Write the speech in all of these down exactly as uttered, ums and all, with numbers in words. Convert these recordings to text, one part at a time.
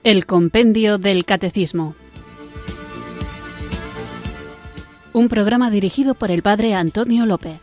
El Compendio del Catecismo. Un programa dirigido por el Padre Antonio López.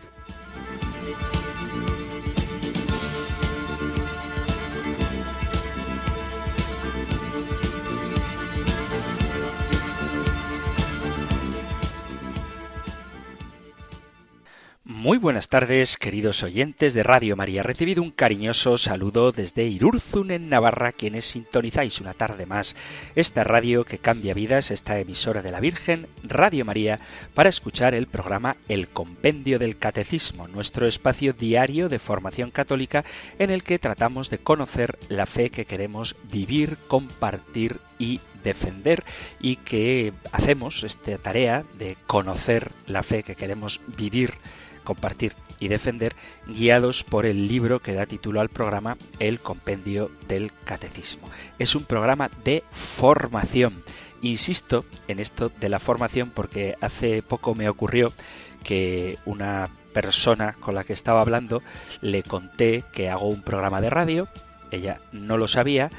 Muy buenas tardes, queridos oyentes de Radio María. Recibido un cariñoso saludo desde Irurzun, en Navarra, quienes sintonizáis una tarde más esta radio que cambia vidas, esta emisora de la Virgen, Radio María, para escuchar el programa El Compendio del Catecismo, nuestro espacio diario de formación católica en el que tratamos de conocer la fe que queremos vivir, compartir y defender, y que hacemos esta tarea de conocer la fe que queremos vivir, compartir y defender, guiados por el libro que da título al programa, El Compendio del Catecismo. Es un programa de formación. Insisto en esto de la formación porque hace poco me ocurrió que una persona con la que estaba hablando le conté que hago un programa de radio, ella no lo sabía,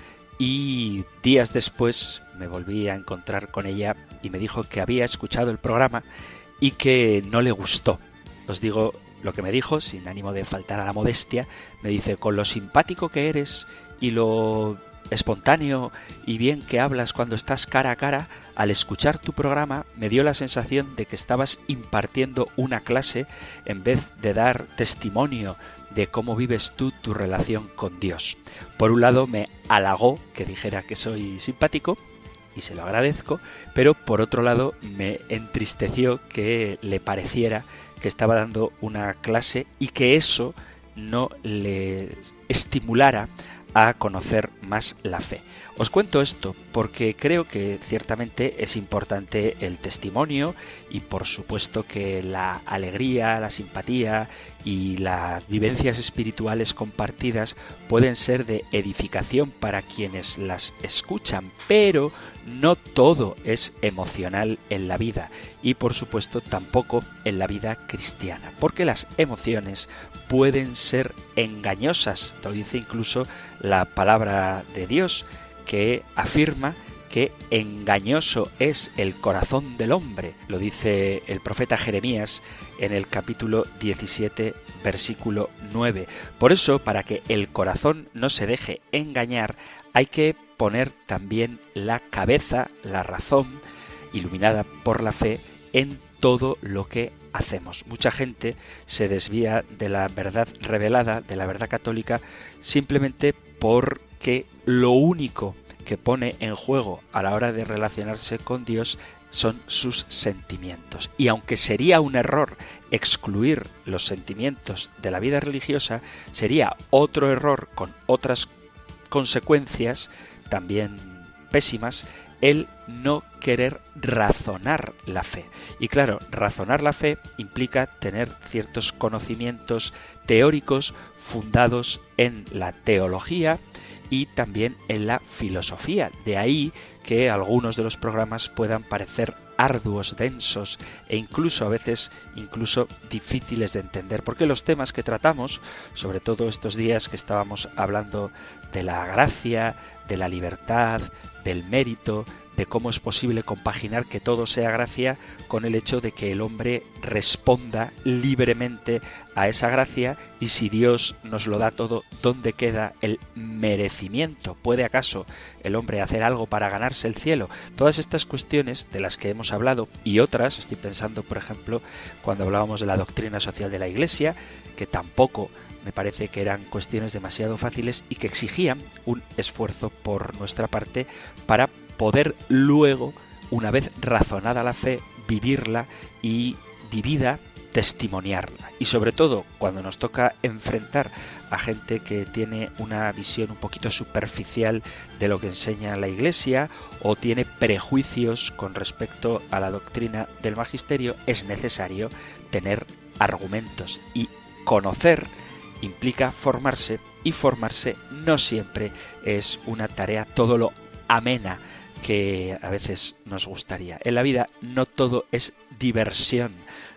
y días después me volví a encontrar con ella y me dijo que había escuchado el programa y que no le gustó. Os digo lo que me dijo, sin ánimo de faltar a la modestia. Me dice: con lo simpático que eres y lo espontáneo y bien que hablas cuando estás cara a cara, al escuchar tu programa me dio la sensación de que estabas impartiendo una clase en vez de dar testimonio de cómo vives tú tu relación con Dios. Por un lado me halagó que dijera que soy simpático, y se lo agradezco, pero por otro lado me entristeció que le pareciera que estaba dando una clase y que eso no le estimulara a conocer más la fe. Os cuento esto porque creo que ciertamente es importante el testimonio y por supuesto que la alegría, la simpatía y las vivencias espirituales compartidas pueden ser de edificación para quienes las escuchan, pero no todo es emocional en la vida y por supuesto tampoco en la vida cristiana, porque las emociones pueden ser engañosas. Lo dice incluso la palabra de Dios, que afirma que engañoso es el corazón del hombre. Lo dice el profeta Jeremías en el capítulo diecisiete, versículo nueve. Por eso, para que el corazón no se deje engañar, hay que poner también la cabeza, la razón, iluminada por la fe, en todo lo que hacemos. Mucha gente se desvía de la verdad revelada, de la verdad católica, simplemente porque lo único que pone en juego a la hora de relacionarse con Dios son sus sentimientos. Y aunque sería un error excluir los sentimientos de la vida religiosa, sería otro error con otras consecuencias también pésimas el no querer razonar la fe. Y claro, razonar la fe implica tener ciertos conocimientos teóricos fundados en la teología y también en la filosofía. De ahí que algunos de los programas puedan parecer arduos, densos e incluso a veces incluso difíciles de entender, porque los temas que tratamos, sobre todo estos días que estábamos hablando de la gracia, de la libertad, del mérito, de cómo es posible compaginar que todo sea gracia con el hecho de que el hombre responda libremente a esa gracia, y si Dios nos lo da todo, ¿dónde queda el merecimiento? ¿Puede acaso el hombre hacer algo para ganarse el cielo? Todas estas cuestiones de las que hemos hablado y otras, estoy pensando por ejemplo cuando hablábamos de la doctrina social de la Iglesia, que tampoco me parece que eran cuestiones demasiado fáciles y que exigían un esfuerzo por nuestra parte para poder luego, una vez razonada la fe, vivirla y vivida, testimoniarla. Y sobre todo cuando nos toca enfrentar a gente que tiene una visión un poquito superficial de lo que enseña la Iglesia o tiene prejuicios con respecto a la doctrina del magisterio, es necesario tener argumentos, y conocer implica formarse, y formarse no siempre es una tarea todo lo amena que a veces nos gustaría. En la vida no todo es diversión,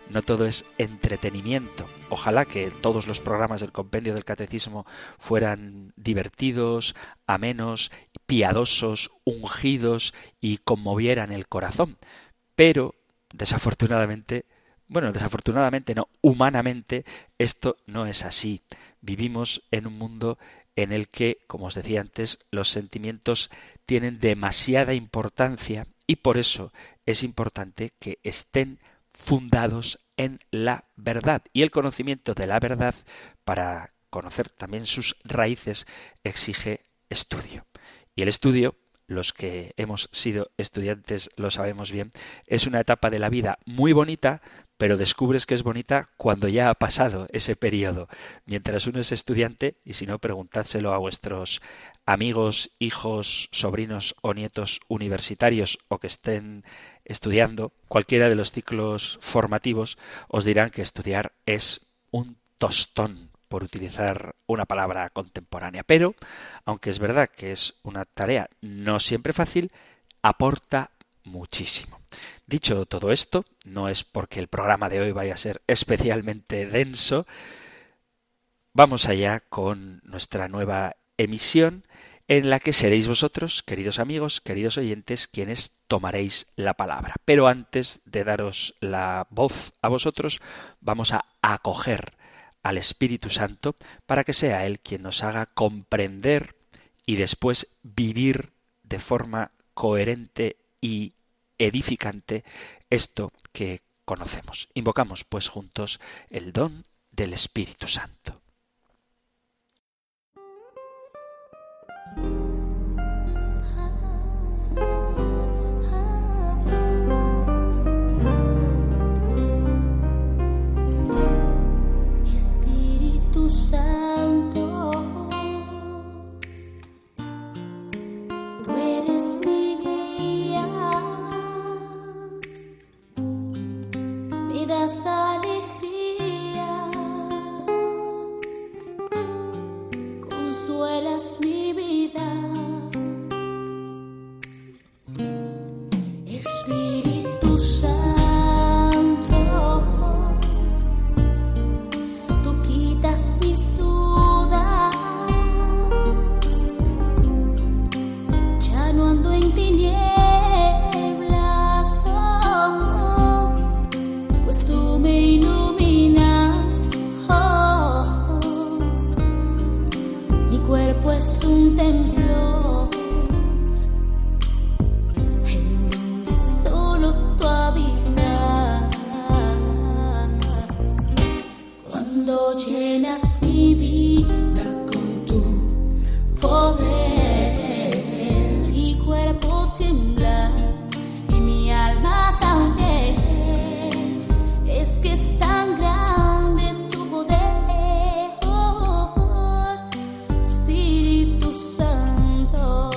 no todo es entretenimiento. Ojalá que todos los programas del Compendio del Catecismo fueran divertidos, amenos, piadosos, ungidos y conmovieran el corazón. Pero, desafortunadamente, bueno, desafortunadamente no, humanamente, esto no es así. Vivimos en un mundo en el que, como os decía antes, los sentimientos tienen demasiada importancia y por eso es importante que estén fundados en la verdad. Y el conocimiento de la verdad, para conocer también sus raíces, exige estudio. Y el estudio, los que hemos sido estudiantes lo sabemos bien, es una etapa de la vida muy bonita, pero descubres que es bonita cuando ya ha pasado ese periodo. Mientras uno es estudiante, y si no, preguntádselo a vuestros amigos, hijos, sobrinos o nietos universitarios o que estén estudiando cualquiera de los ciclos formativos, os dirán que estudiar es un tostón, por utilizar una palabra contemporánea. Pero, aunque es verdad que es una tarea no siempre fácil, aporta muchísimo. Dicho todo esto, no es porque el programa de hoy vaya a ser especialmente denso, vamos allá con nuestra nueva emisión en la que seréis vosotros, queridos amigos, queridos oyentes, quienes tomaréis la palabra. Pero antes de daros la voz a vosotros, vamos a acoger al Espíritu Santo para que sea Él quien nos haga comprender y después vivir de forma coherente y edificante esto que conocemos. Invocamos pues juntos el don del Espíritu Santo. Espíritu Santo, tú eres mi guía, me das alegría, consuelas mi vida. Espíritu Santo, tú quitas mis dudas, ya no ando en tinieblas, oh, pues tú me iluminas, oh, oh. Mi cuerpo es un templo en donde solo tú habitas. Cuando llenas mi vida con tu poder, mi cuerpo tiembla y mi alma también. Es que es tan grande tu poder, oh, oh, Espíritu Santo.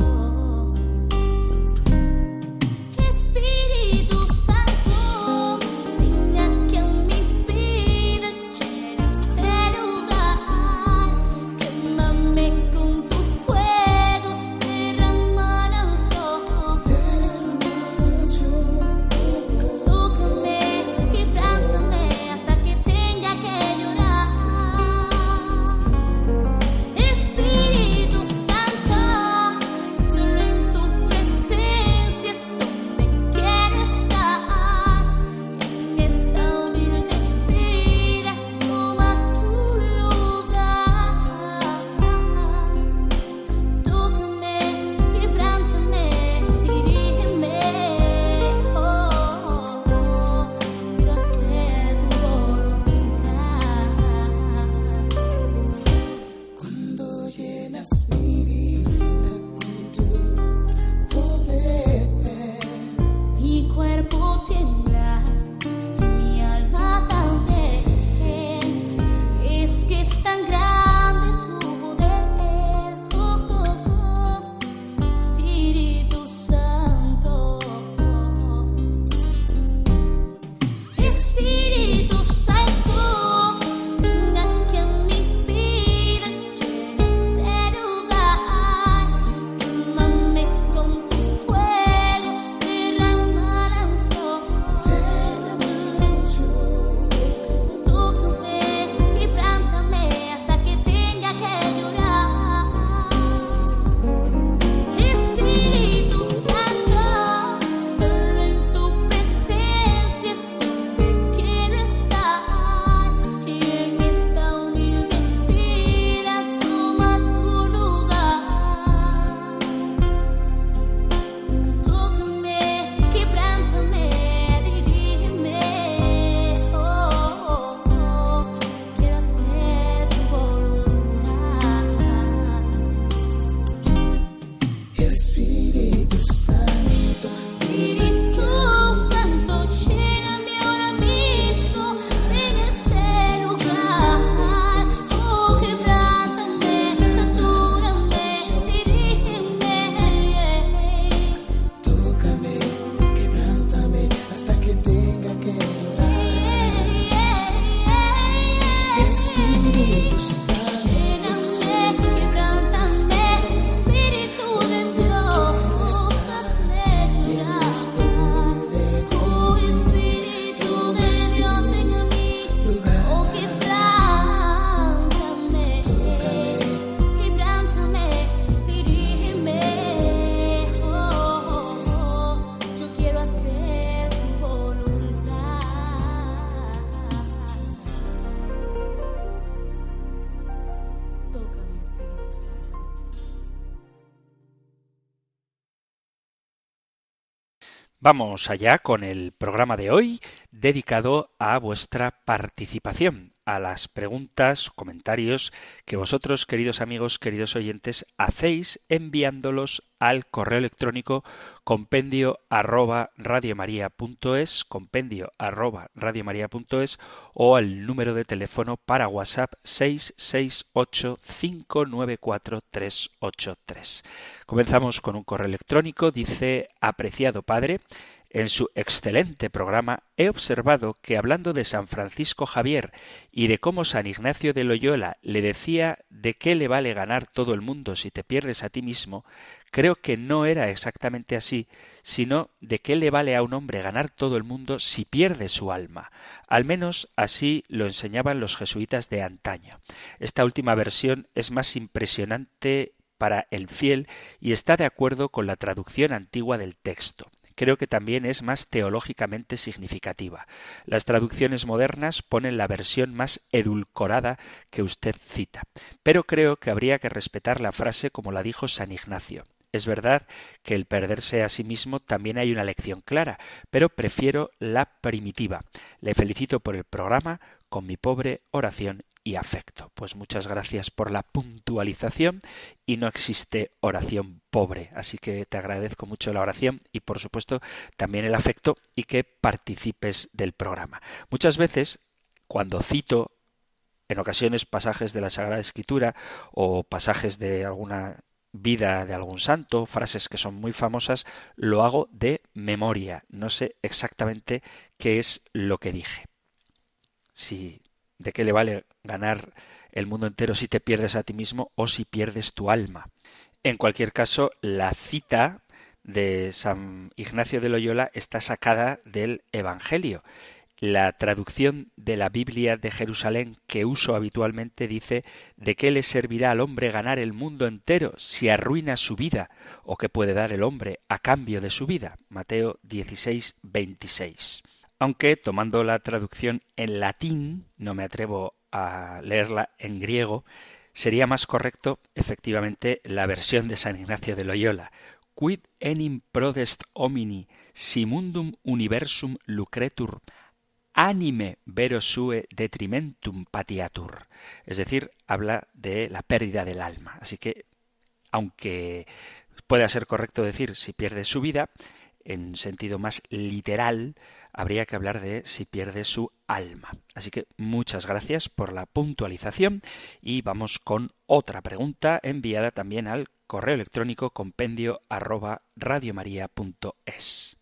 Espíritu Santo, ven aquí a mi vida, llena este lugar, quémame con tu fuego. Vamos allá con el programa de hoy dedicado a vuestra participación, a las preguntas, comentarios que vosotros, queridos amigos, queridos oyentes, hacéis enviándolos al correo electrónico compendio arroba radiomaria.es, compendio arroba radiomaria.es o al número de teléfono para WhatsApp seis seis ocho cinco nueve cuatro tres ocho tres. Comenzamos con un correo electrónico, dice: apreciado padre, en su excelente programa he observado que hablando de San Francisco Javier y de cómo San Ignacio de Loyola le decía de qué le vale ganar todo el mundo si te pierdes a ti mismo, creo que no era exactamente así, sino de qué le vale a un hombre ganar todo el mundo si pierde su alma. Al menos así lo enseñaban los jesuitas de antaño. Esta última versión es más impresionante para el fiel y está de acuerdo con la traducción antigua del texto. Creo que también es más teológicamente significativa. Las traducciones modernas ponen la versión más edulcorada que usted cita, pero creo que habría que respetar la frase como la dijo San Ignacio. Es verdad que el perderse a sí mismo también hay una lección clara, pero prefiero la primitiva. Le felicito por el programa con mi pobre oración y afecto. Pues muchas gracias por la puntualización y no existe oración pobre, así que te agradezco mucho la oración y por supuesto también el afecto y que participes del programa. Muchas veces cuando cito en ocasiones pasajes de la Sagrada Escritura o pasajes de alguna vida de algún santo, frases que son muy famosas, lo hago de memoria, no sé exactamente qué es lo que dije. Si ¿de qué le vale ganar el mundo entero si te pierdes a ti mismo o si pierdes tu alma? En cualquier caso, la cita de San Ignacio de Loyola está sacada del Evangelio. La traducción de la Biblia de Jerusalén que uso habitualmente dice: ¿de qué le servirá al hombre ganar el mundo entero si arruina su vida? ¿O qué puede dar el hombre a cambio de su vida? Mateo dieciséis, veintiséis. Aunque tomando la traducción en latín, no me atrevo a leerla en griego, sería más correcto efectivamente la versión de San Ignacio de Loyola. Quid enim prodest homini, si mundum universum lucretur, anime vero sue detrimentum patiatur. Es decir, habla de la pérdida del alma. Así que, aunque pueda ser correcto decir si pierde su vida, en sentido más literal, habría que hablar de si pierde su alma. Así que muchas gracias por la puntualización y vamos con otra pregunta enviada también al correo electrónico compendio arroba radiomaria.es.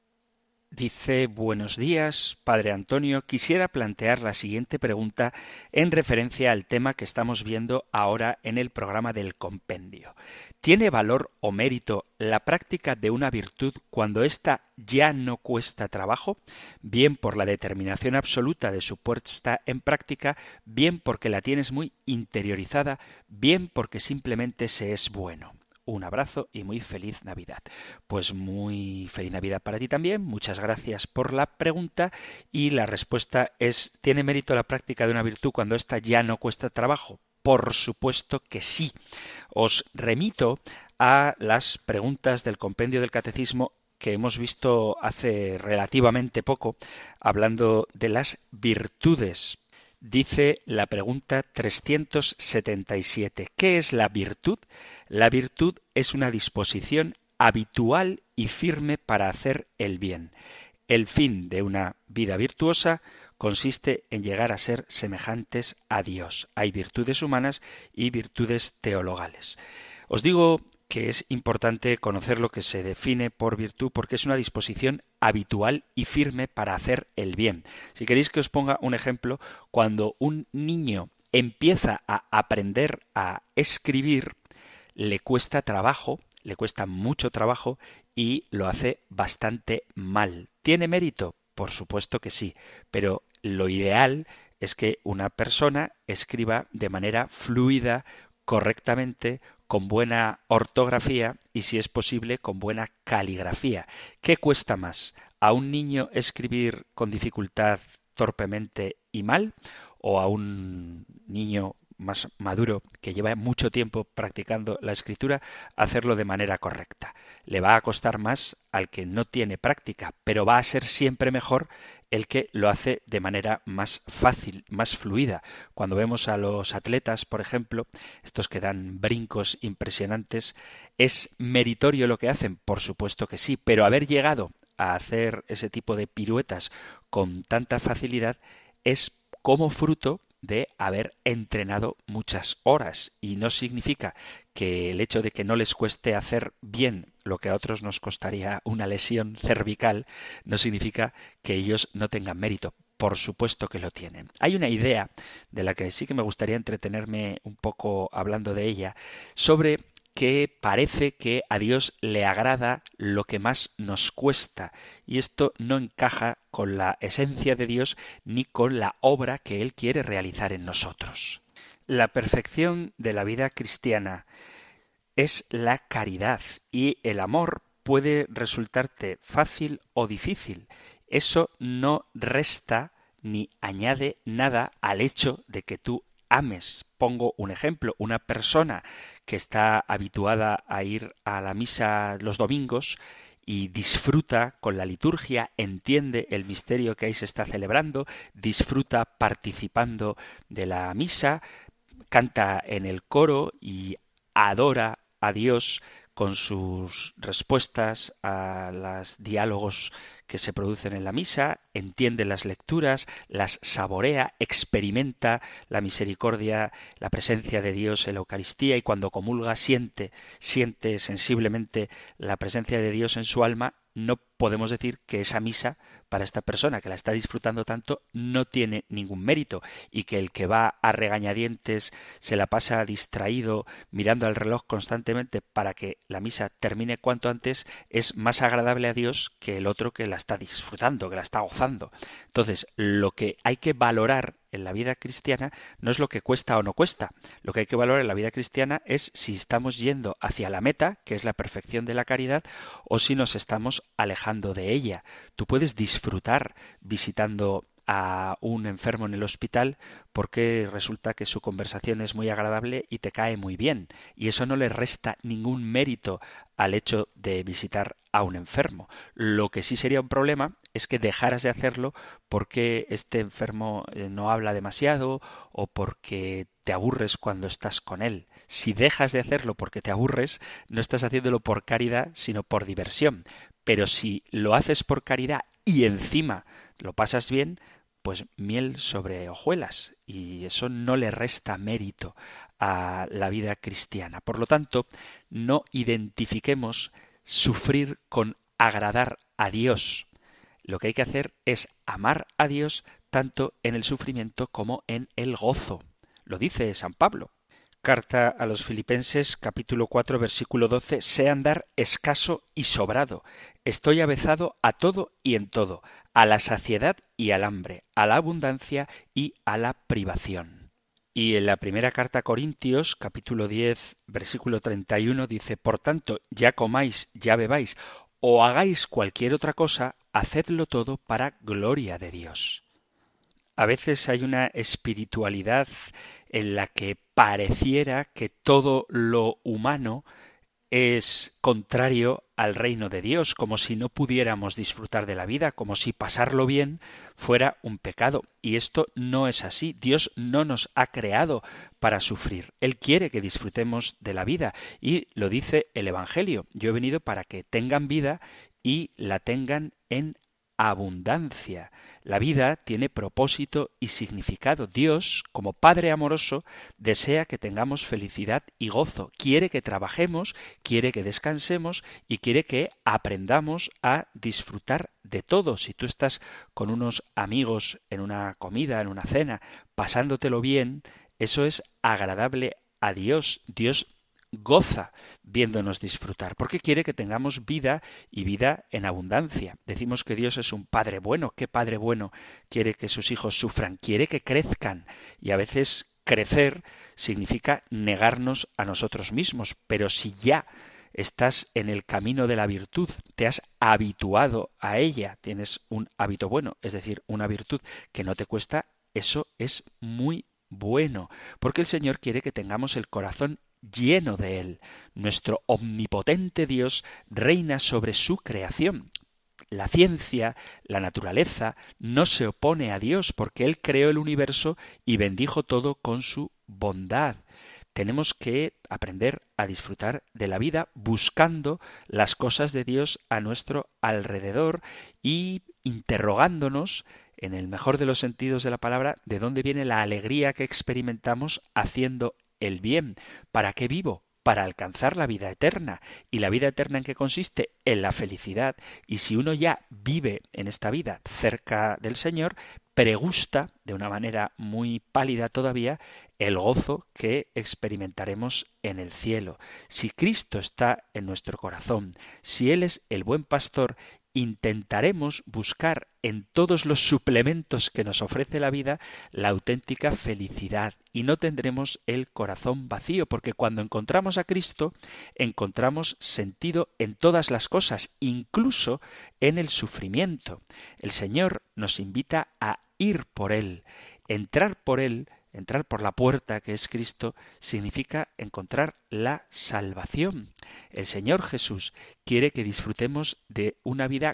Dice: buenos días, Padre Antonio. Quisiera plantear la siguiente pregunta en referencia al tema que estamos viendo ahora en el programa del compendio. ¿Tiene valor o mérito la práctica de una virtud cuando ésta ya no cuesta trabajo? Bien por la determinación absoluta de su puesta en práctica, bien porque la tienes muy interiorizada, bien porque simplemente se es bueno. Un abrazo y muy feliz Navidad. Pues muy feliz Navidad para ti también. Muchas gracias por la pregunta y la respuesta es: ¿tiene mérito la práctica de una virtud cuando ésta ya no cuesta trabajo? Por supuesto que sí. Os remito a las preguntas del compendio del Catecismo que hemos visto hace relativamente poco, hablando de las virtudes. Dice la pregunta trescientos setenta y siete. ¿Qué es la virtud? La virtud es una disposición habitual y firme para hacer el bien. El fin de una vida virtuosa consiste en llegar a ser semejantes a Dios. Hay virtudes humanas y virtudes teologales. Os digo que es importante conocer lo que se define por virtud porque es una disposición habitual y firme para hacer el bien. Si queréis que os ponga un ejemplo, cuando un niño empieza a aprender a escribir, le cuesta trabajo, le cuesta mucho trabajo y lo hace bastante mal. ¿Tiene mérito? Por supuesto que sí, pero lo ideal es que una persona escriba de manera fluida, correctamente, con buena ortografía y, si es posible, con buena caligrafía. ¿Qué cuesta más? ¿A un niño escribir con dificultad, torpemente y mal? ¿O a un niño más maduro que lleva mucho tiempo practicando la escritura hacerlo de manera correcta? Le va a costar más al que no tiene práctica, pero va a ser siempre mejor el que lo hace de manera más fácil, más fluida. Cuando vemos a los atletas, por ejemplo, estos que dan brincos impresionantes, ¿es meritorio lo que hacen? Por supuesto que sí, pero haber llegado a hacer ese tipo de piruetas con tanta facilidad es como fruto de haber entrenado muchas horas, y no significa que el hecho de que no les cueste hacer bien lo que a otros nos costaría una lesión cervical, no significa que ellos no tengan mérito. Por supuesto que lo tienen. Hay una idea de la que sí que me gustaría entretenerme un poco hablando de ella, sobre que parece que a Dios le agrada lo que más nos cuesta, y esto no encaja con la esencia de Dios ni con la obra que Él quiere realizar en nosotros. La perfección de la vida cristiana es la caridad, y el amor puede resultarte fácil o difícil. Eso no resta ni añade nada al hecho de que tú ames. Pongo un ejemplo: una persona que está habituada a ir a la misa los domingos y disfruta con la liturgia, entiende el misterio que ahí se está celebrando, disfruta participando de la misa, canta en el coro y adora a Dios con sus respuestas a los diálogos que se producen en la misa, entiende las lecturas, las saborea, experimenta la misericordia, la presencia de Dios en la Eucaristía, y cuando comulga siente, siente sensiblemente la presencia de Dios en su alma. No podemos decir que esa misa, para esta persona que la está disfrutando tanto, no tiene ningún mérito, y que el que va a regañadientes, se la pasa distraído, mirando al reloj constantemente para que la misa termine cuanto antes, es más agradable a Dios que el otro que la está disfrutando, que la está gozando. Entonces, lo que hay que valorar en la vida cristiana no es lo que cuesta o no cuesta. Lo que hay que valorar en la vida cristiana es si estamos yendo hacia la meta, que es la perfección de la caridad, o si nos estamos alejando de ella. Tú puedes disfrutar visitando a un enfermo en el hospital porque resulta que su conversación es muy agradable y te cae muy bien, y eso no le resta ningún mérito al hecho de visitar a un enfermo. Lo que sí sería un problema es que dejaras de hacerlo porque este enfermo no habla demasiado o porque te aburres cuando estás con él. Si dejas de hacerlo porque te aburres, no estás haciéndolo por caridad, sino por diversión. Pero si lo haces por caridad y encima lo pasas bien, pues miel sobre hojuelas, y eso no le resta mérito a la vida cristiana. Por lo tanto, no identifiquemos sufrir con agradar a Dios. Lo que hay que hacer es amar a Dios tanto en el sufrimiento como en el gozo. Lo dice San Pablo. Carta a los Filipenses, capítulo cuatro, versículo doce, sé andar escaso y sobrado. Estoy avezado a todo y en todo, a la saciedad y al hambre, a la abundancia y a la privación. Y en la primera carta a Corintios, capítulo diez, versículo treinta y uno, dice, por tanto, ya comáis, ya bebáis, o hagáis cualquier otra cosa, hacedlo todo para gloria de Dios. A veces hay una espiritualidad en la que pareciera que todo lo humano es contrario al reino de Dios, como si no pudiéramos disfrutar de la vida, como si pasarlo bien fuera un pecado. Y esto no es así. Dios no nos ha creado para sufrir. Él quiere que disfrutemos de la vida, y lo dice el Evangelio. Yo he venido para que tengan vida y la tengan en abundancia. La vida tiene propósito y significado. Dios, como Padre amoroso, desea que tengamos felicidad y gozo. Quiere que trabajemos, quiere que descansemos y quiere que aprendamos a disfrutar de todo. Si tú estás con unos amigos en una comida, en una cena, pasándotelo bien, eso es agradable a Dios. Dios goza viéndonos disfrutar, porque quiere que tengamos vida y vida en abundancia. Decimos que Dios es un Padre bueno. ¿Qué Padre bueno quiere que sus hijos sufran? Quiere que crezcan, y a veces crecer significa negarnos a nosotros mismos, pero si ya estás en el camino de la virtud, te has habituado a ella, tienes un hábito bueno, es decir, una virtud que no te cuesta, eso es muy bueno, porque el Señor quiere que tengamos el corazón lleno de Él. Nuestro omnipotente Dios reina sobre su creación. La ciencia, la naturaleza, no se opone a Dios porque Él creó el universo y bendijo todo con su bondad. Tenemos que aprender a disfrutar de la vida buscando las cosas de Dios a nuestro alrededor y interrogándonos, en el mejor de los sentidos de la palabra, de dónde viene la alegría que experimentamos haciendo el bien. ¿Para qué vivo? Para alcanzar la vida eterna. ¿Y la vida eterna en qué consiste? En la felicidad. Y si uno ya vive en esta vida cerca del Señor, pregusta, de una manera muy pálida todavía, el gozo que experimentaremos en el cielo. Si Cristo está en nuestro corazón, si Él es el buen pastor, intentaremos buscar en todos los suplementos que nos ofrece la vida la auténtica felicidad y no tendremos el corazón vacío, porque cuando encontramos a Cristo encontramos sentido en todas las cosas, incluso en el sufrimiento. El Señor nos invita a ir por Él, entrar por Él. Entrar por la puerta que es Cristo significa encontrar la salvación. El Señor Jesús quiere que disfrutemos de una vida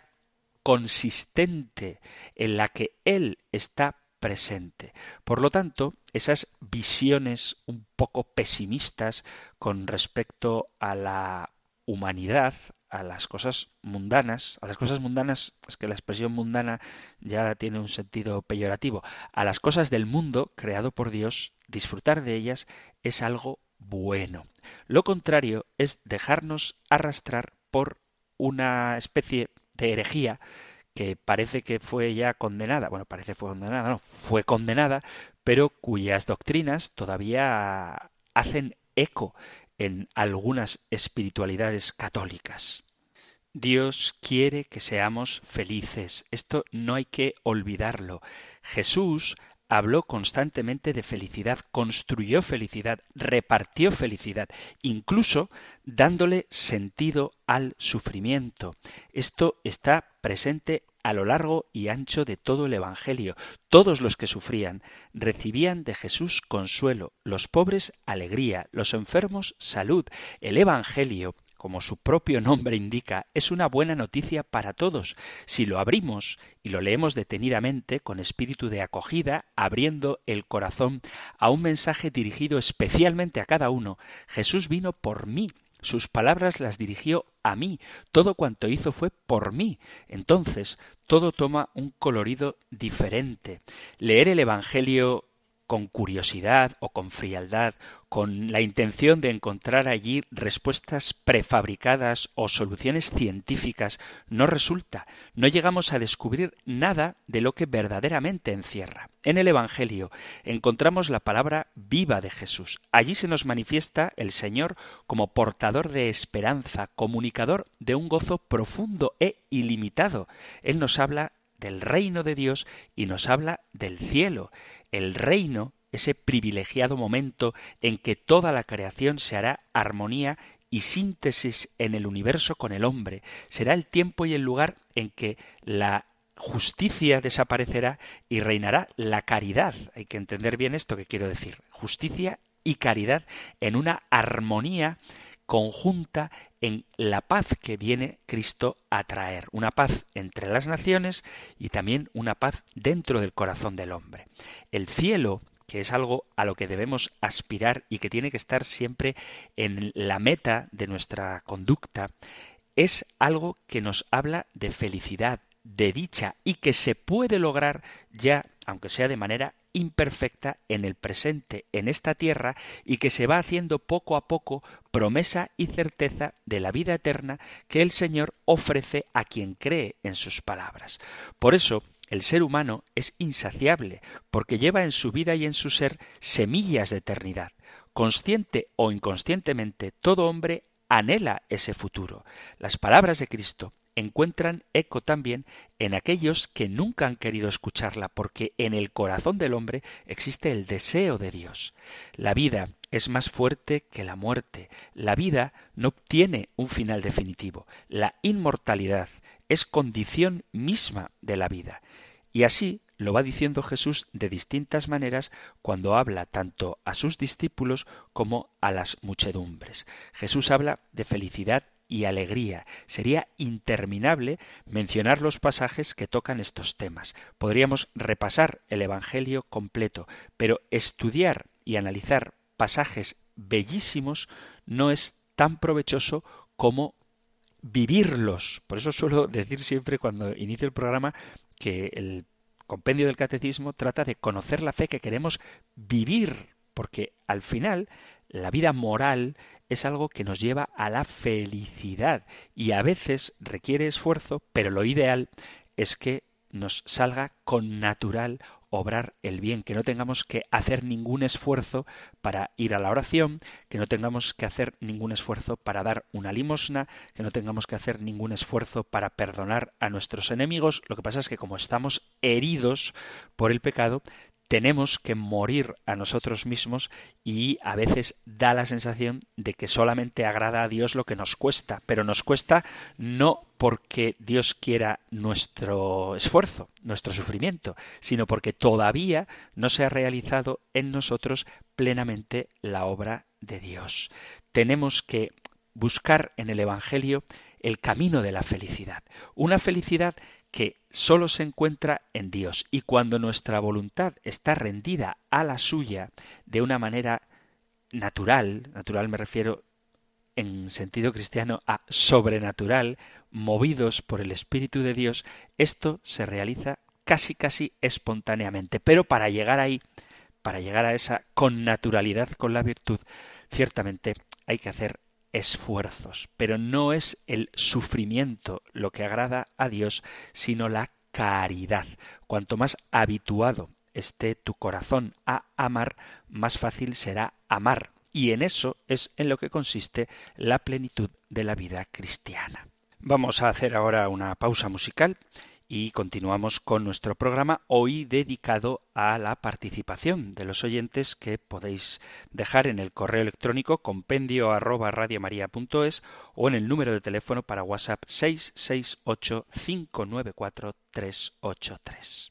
consistente en la que Él está presente. Por lo tanto, esas visiones un poco pesimistas con respecto a la humanidad, a las cosas mundanas, a las cosas mundanas, es que la expresión mundana ya tiene un sentido peyorativo, a las cosas del mundo creado por Dios, disfrutar de ellas es algo bueno. Lo contrario es dejarnos arrastrar por una especie de herejía que parece que fue ya condenada, bueno, parece que fue condenada, no, fue condenada, pero cuyas doctrinas todavía hacen eco en algunas espiritualidades católicas. Dios quiere que seamos felices. Esto no hay que olvidarlo. Jesús habló constantemente de felicidad, construyó felicidad, repartió felicidad, incluso dándole sentido al sufrimiento. Esto está presente a lo largo y ancho de todo el Evangelio. Todos los que sufrían recibían de Jesús consuelo, los pobres alegría, los enfermos salud. El Evangelio, como su propio nombre indica, es una buena noticia para todos. Si lo abrimos y lo leemos detenidamente, con espíritu de acogida, abriendo el corazón a un mensaje dirigido especialmente a cada uno, Jesús vino por mí. Sus palabras las dirigió a mí. Todo cuanto hizo fue por mí. Entonces, todo toma un colorido diferente. Leer el Evangelio con curiosidad o con frialdad, con la intención de encontrar allí respuestas prefabricadas o soluciones científicas, no resulta. No llegamos a descubrir nada de lo que verdaderamente encierra. En el Evangelio encontramos la palabra viva de Jesús. Allí se nos manifiesta el Señor como portador de esperanza, comunicador de un gozo profundo e ilimitado. Él nos habla del reino de Dios y nos habla del cielo. El reino, ese privilegiado momento en que toda la creación se hará armonía y síntesis en el universo con el hombre, será el tiempo y el lugar en que la justicia desaparecerá y reinará la caridad. Hay que entender bien esto que quiero decir. Justicia y caridad en una armonía conjunta en la paz que viene Cristo a traer. Una paz entre las naciones y también una paz dentro del corazón del hombre. El cielo, que es algo a lo que debemos aspirar y que tiene que estar siempre en la meta de nuestra conducta, es algo que nos habla de felicidad, de dicha y que se puede lograr ya, aunque sea de manera imperfecta, en el presente, en esta tierra, y que se va haciendo poco a poco promesa y certeza de la vida eterna que el Señor ofrece a quien cree en sus palabras. Por eso, el ser humano es insaciable, porque lleva en su vida y en su ser semillas de eternidad. Consciente o inconscientemente, todo hombre anhela ese futuro. Las palabras de Cristo encuentran eco también en aquellos que nunca han querido escucharla, porque en el corazón del hombre existe el deseo de Dios. La vida es más fuerte que la muerte. La vida no tiene un final definitivo. La inmortalidad es condición misma de la vida. Y así lo va diciendo Jesús de distintas maneras cuando habla tanto a sus discípulos como a las muchedumbres. Jesús habla de felicidad y alegría. Sería interminable mencionar los pasajes que tocan estos temas. Podríamos repasar el Evangelio completo, pero estudiar y analizar pasajes bellísimos no es tan provechoso como vivirlos. Por eso suelo decir siempre cuando inicio el programa que el compendio del catecismo trata de conocer la fe que queremos vivir, porque al final la vida moral es algo que nos lleva a la felicidad y a veces requiere esfuerzo, pero lo ideal es que nos salga con natural obrar el bien, que no tengamos que hacer ningún esfuerzo para ir a la oración, que no tengamos que hacer ningún esfuerzo para dar una limosna, que no tengamos que hacer ningún esfuerzo para perdonar a nuestros enemigos. Lo que pasa es que como estamos heridos por el pecado, tenemos que morir a nosotros mismos y a veces da la sensación de que solamente agrada a Dios lo que nos cuesta, pero nos cuesta no porque Dios quiera nuestro esfuerzo, nuestro sufrimiento, sino porque todavía no se ha realizado en nosotros plenamente la obra de Dios. Tenemos que buscar en el Evangelio el camino de la felicidad, una felicidad que solo se encuentra en Dios, y cuando nuestra voluntad está rendida a la suya de una manera natural, natural me refiero en sentido cristiano a sobrenatural, movidos por el Espíritu de Dios, esto se realiza casi casi espontáneamente. Pero para llegar ahí, para llegar a esa connaturalidad con la virtud, ciertamente hay que hacer esfuerzos, pero no es el sufrimiento lo que agrada a Dios, sino la caridad. Cuanto más habituado esté tu corazón a amar, más fácil será amar. Y en eso es en lo que consiste la plenitud de la vida cristiana. Vamos a hacer ahora una pausa musical y continuamos con nuestro programa, hoy dedicado a la participación de los oyentes, que podéis dejar en el correo electrónico compendio arroba radiomaria punto es o en el número de teléfono para WhatsApp seis seis ocho cinco nueve cuatro tres ocho tres.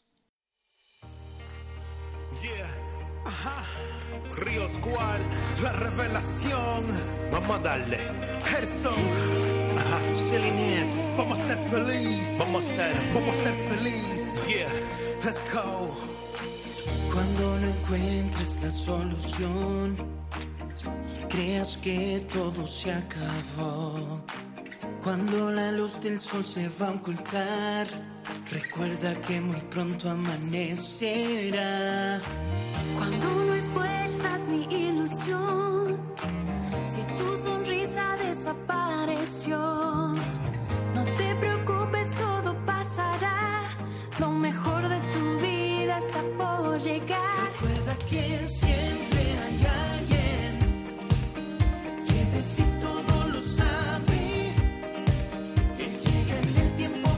Yeah. Ajá. Río Squad, la revelación. Vamos a darle. Gerson. Ajá. Shillings. Vamos a ser feliz. Vamos a ser. Vamos a ser feliz. Yeah. Let's go. Cuando no encuentres la solución y creas que todo se acabó, cuando la luz del sol se va a ocultar, recuerda que muy pronto amanecerá. Cuando no hay fuerzas ni ilusión, si tu sonrisa desapareció, no te preocupes, todo pasará. Lo mejor de tu vida está por llegar. Recuerda que siempre hay alguien que de ti todo lo sabe. Él llega en el tiempo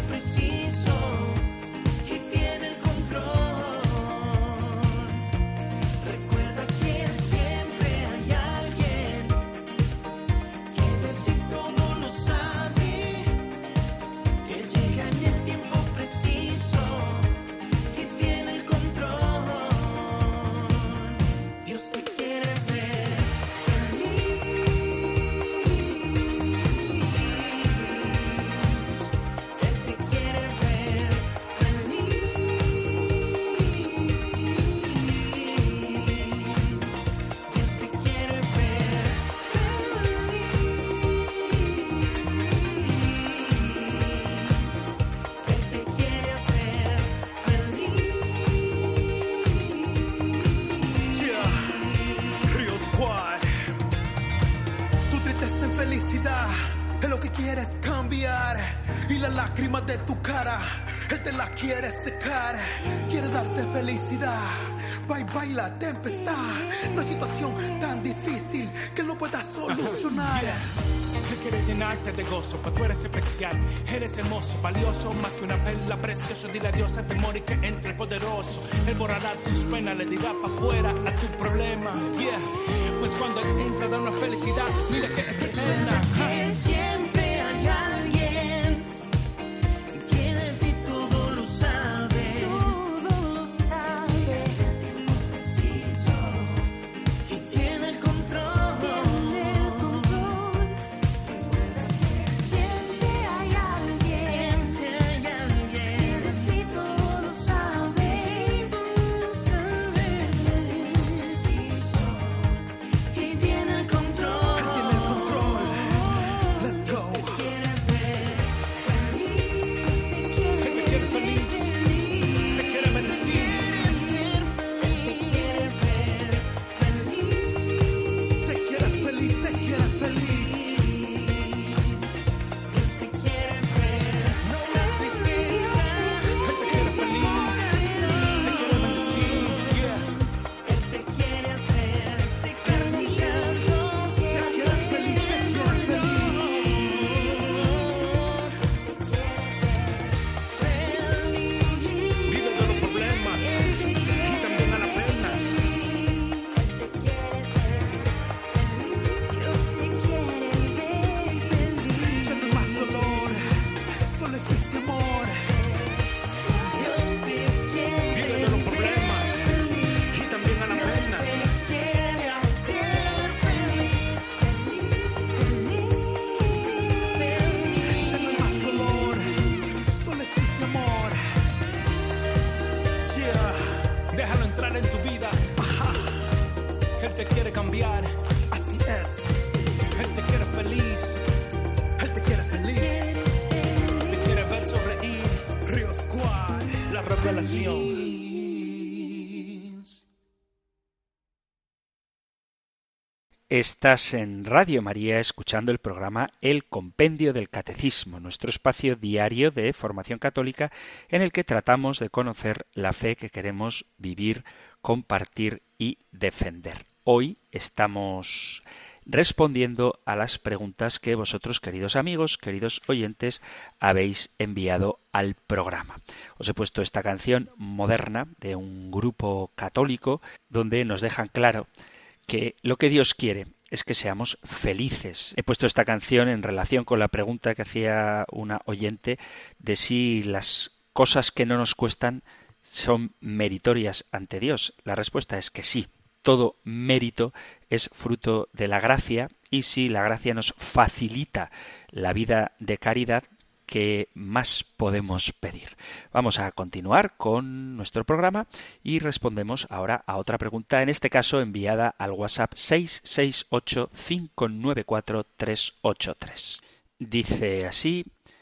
preciso y tiene el control. te quieres cambiar y las lágrimas de tu cara Él te las quiere secar, quiere darte felicidad. Bye bye la tempestad, no hay situación tan difícil que lo puedas solucionar. Yeah. Él quiere llenarte de gozo, pues tú eres especial, eres hermoso, valioso, más que una perla, precioso. Dile adiós al temor y que entre el poderoso. Él borrará tus penas, le dirá pa' fuera a tu problema. Yeah, pues cuando Él entra da una felicidad, mira que es eterna. Que siempre hay alguien que de ti todo lo sabe, Todo lo sabe. y tiene el control. Tiene el control. Siempre hay alguien Siempre hay que alguien de ti todo lo sabe. y tiene el control. Él tiene el control. Let's go. Quiere ver feliz, Él te quiere feliz, te quiere bendecir. te quiere ver feliz, Te quiere feliz, te quiere feliz. te quiere ver. No más tristeza, Él te quiere feliz, te quiere bendecir. Yeah. te quiere hacer secar tu llanto. Te quiere feliz, te quiere feliz. Vive de los problemas y también a las penas. Dios te quiere ver feliz. Ya no hay más dolor, solo existe amor. Vive de los problemas y también a las penas. Quiere hacer feliz, Ya no hay más dolor, solo existe amor. Yeah. Déjalo entrar en tu vida. Ajá. Él te quiere cambiar. Así es, Él te quiere feliz. Él te quiere feliz. Te quiere ver sonreír. Río Squad. La revelación. Estás en Radio María escuchando el programa El Compendio del Catecismo, nuestro espacio diario de formación católica en el que tratamos de conocer la fe que queremos vivir, compartir y defender. Hoy estamos respondiendo a las preguntas que vosotros, queridos amigos, queridos oyentes, habéis enviado al programa. Os he puesto esta canción moderna de un grupo católico donde nos dejan claro que lo que Dios quiere es que seamos felices. He puesto esta canción en relación con la pregunta que hacía una oyente de si las cosas que no nos cuestan son meritorias ante Dios. La respuesta es que sí. Todo mérito es fruto de la gracia y si la gracia nos facilita la vida de caridad, ¿qué más podemos pedir? Vamos a continuar con nuestro programa y respondemos ahora a otra pregunta, en este caso enviada al WhatsApp seis seis ocho, cinco nueve cuatro, tres ocho tres. Dice así: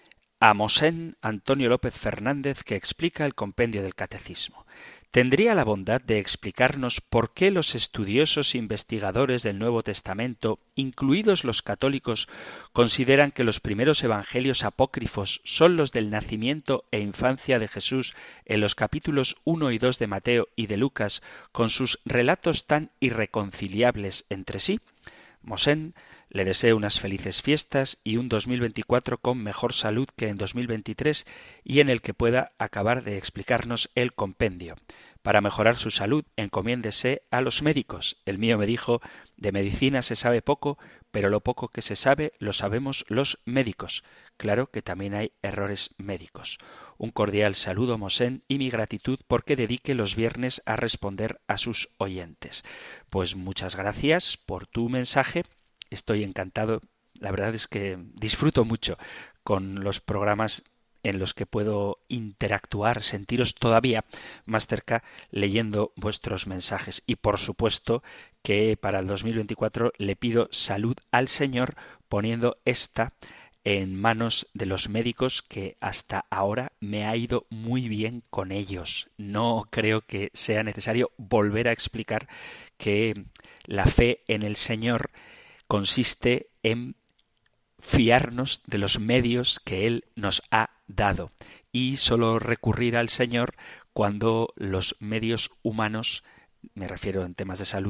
a Mosén Antonio López Fernández, que explica el compendio del Catecismo. ¿Tendría la bondad de explicarnos por qué los estudiosos investigadores del Nuevo Testamento, incluidos los católicos, consideran que los primeros evangelios apócrifos son los del nacimiento e infancia de Jesús en los capítulos uno y dos de Mateo y de Lucas, con sus relatos tan irreconciliables entre sí? Mosén le deseo unas felices fiestas y un dos mil veinticuatro con mejor salud que en dos mil veintitrés y en el que pueda acabar de explicarnos el compendio. Para mejorar su salud, encomiéndese a los médicos. El mío me dijo, de medicina se sabe poco, pero lo poco que se sabe lo sabemos los médicos. Claro que también hay errores médicos. Un cordial saludo, Mosén, y mi gratitud porque dedique los viernes a responder a sus oyentes. Pues muchas gracias por tu mensaje. Estoy encantado. La verdad es que disfruto mucho con los programas en los que puedo interactuar, sentiros todavía más cerca leyendo vuestros mensajes. Y por supuesto que para el dos mil veinticuatro le pido salud al Señor poniendo esta en manos de los médicos, que hasta ahora me ha ido muy bien con ellos. No creo que sea necesario volver a explicar que la fe en el Señor consiste en fiarnos de los medios que Él nos ha dado y solo recurrir al Señor cuando los medios humanos, me refiero en temas de salud,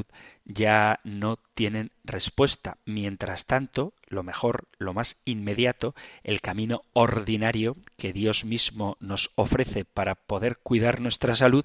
ya no tienen respuesta. Mientras tanto, lo mejor, lo más inmediato, el camino ordinario que Dios mismo nos ofrece para poder cuidar nuestra salud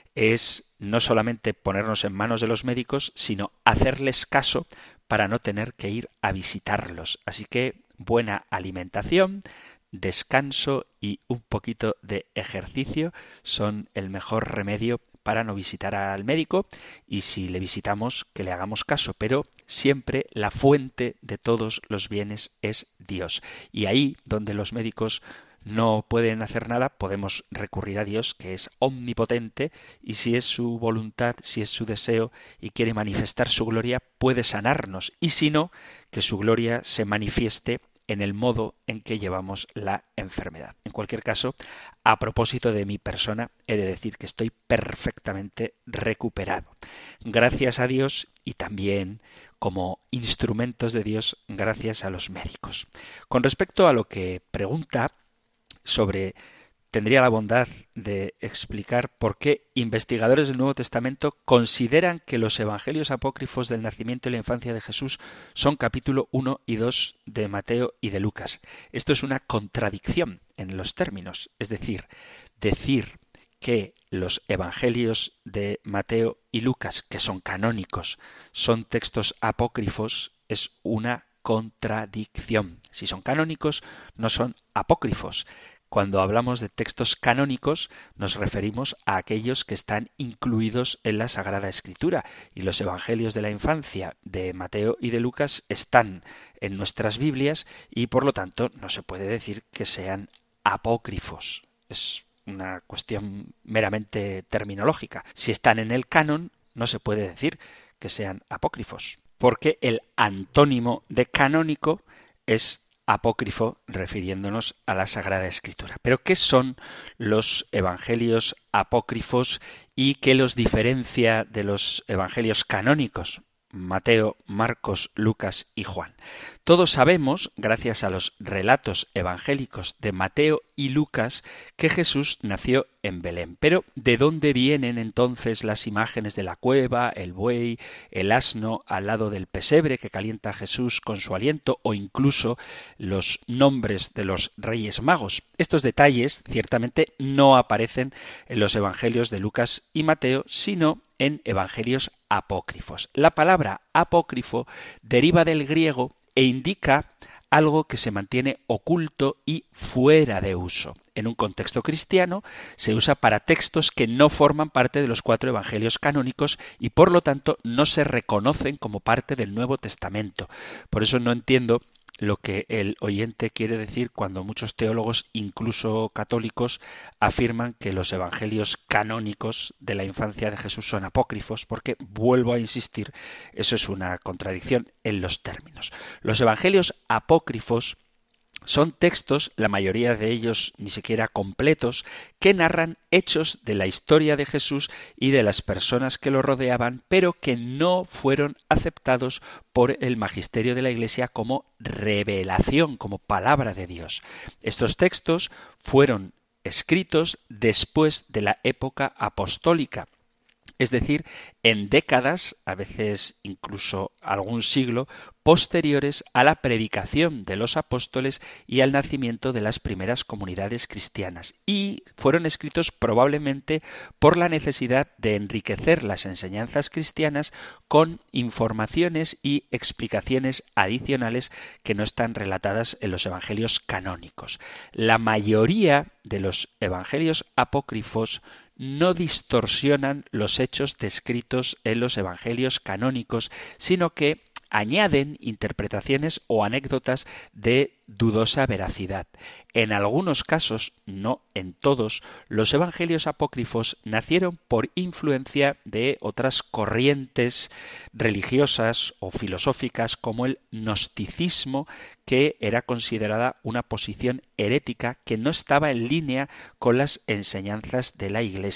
es no solamente ponernos en manos de los médicos, sino hacerles caso para no tener que ir a visitarlos. Así que buena alimentación, descanso y un poquito de ejercicio son el mejor remedio para no visitar al médico, y si le visitamos, que le hagamos caso, pero siempre la fuente de todos los bienes es Dios. Y ahí donde los médicos no pueden hacer nada, podemos recurrir a Dios, que es omnipotente, y si es su voluntad, si es su deseo y quiere manifestar su gloria, puede sanarnos, y si no, que su gloria se manifieste en el modo en que llevamos la enfermedad. En cualquier caso, a propósito de mi persona, he de decir que estoy perfectamente recuperado. Gracias a Dios y también como instrumentos de Dios, gracias a los médicos. Con respecto a lo que pregunta sobre, tendría la bondad de explicar por qué investigadores del Nuevo Testamento consideran que los evangelios apócrifos del nacimiento y la infancia de Jesús son capítulo uno y dos de Mateo y de Lucas. Esto es una contradicción en los términos, es decir, decir que los evangelios de Mateo y Lucas, que son canónicos, son textos apócrifos, es una contradicción. Si son canónicos, no son apócrifos. Cuando hablamos de textos canónicos, nos referimos a aquellos que están incluidos en la Sagrada Escritura, y los evangelios de la infancia de Mateo y de Lucas están en nuestras Biblias y por lo tanto no se puede decir que sean apócrifos. Es una cuestión meramente terminológica. Si están en el canon, no se puede decir que sean apócrifos, porque el antónimo de canónico es apócrifo, refiriéndonos a la Sagrada Escritura. Pero ¿qué son los evangelios apócrifos y qué los diferencia de los evangelios canónicos? Mateo, Marcos, Lucas y Juan. Todos sabemos, gracias a los relatos evangélicos de Mateo y Lucas, que Jesús nació en Belén. Pero ¿de dónde vienen entonces las imágenes de la cueva, el buey, el asno al lado del pesebre que calienta a Jesús con su aliento, o incluso los nombres de los Reyes Magos? Estos detalles ciertamente no aparecen en los evangelios de Lucas y Mateo, sino en evangelios apócrifos. La palabra apócrifo deriva del griego e indica algo que se mantiene oculto y fuera de uso. En un contexto cristiano se usa para textos que no forman parte de los cuatro evangelios canónicos y por lo tanto no se reconocen como parte del Nuevo Testamento. Por eso no entiendo lo que el oyente quiere decir cuando muchos teólogos, incluso católicos, afirman que los evangelios canónicos de la infancia de Jesús son apócrifos, porque, vuelvo a insistir, eso es una contradicción en los términos. Los evangelios apócrifos son textos, la mayoría de ellos ni siquiera completos, que narran hechos de la historia de Jesús y de las personas que lo rodeaban, pero que no fueron aceptados por el magisterio de la Iglesia como revelación, como palabra de Dios. Estos textos fueron escritos después de la época apostólica, es decir, en décadas, a veces incluso algún siglo, posteriores a la predicación de los apóstoles y al nacimiento de las primeras comunidades cristianas. Y fueron escritos probablemente por la necesidad de enriquecer las enseñanzas cristianas con informaciones y explicaciones adicionales que no están relatadas en los evangelios canónicos. La mayoría de los evangelios apócrifos no distorsionan los hechos descritos en los evangelios canónicos, sino que añaden interpretaciones o anécdotas de dudosa veracidad. En algunos casos, no en todos, los evangelios apócrifos nacieron por influencia de otras corrientes religiosas o filosóficas como el gnosticismo, que era considerada una posición herética que no estaba en línea con las enseñanzas de la Iglesia.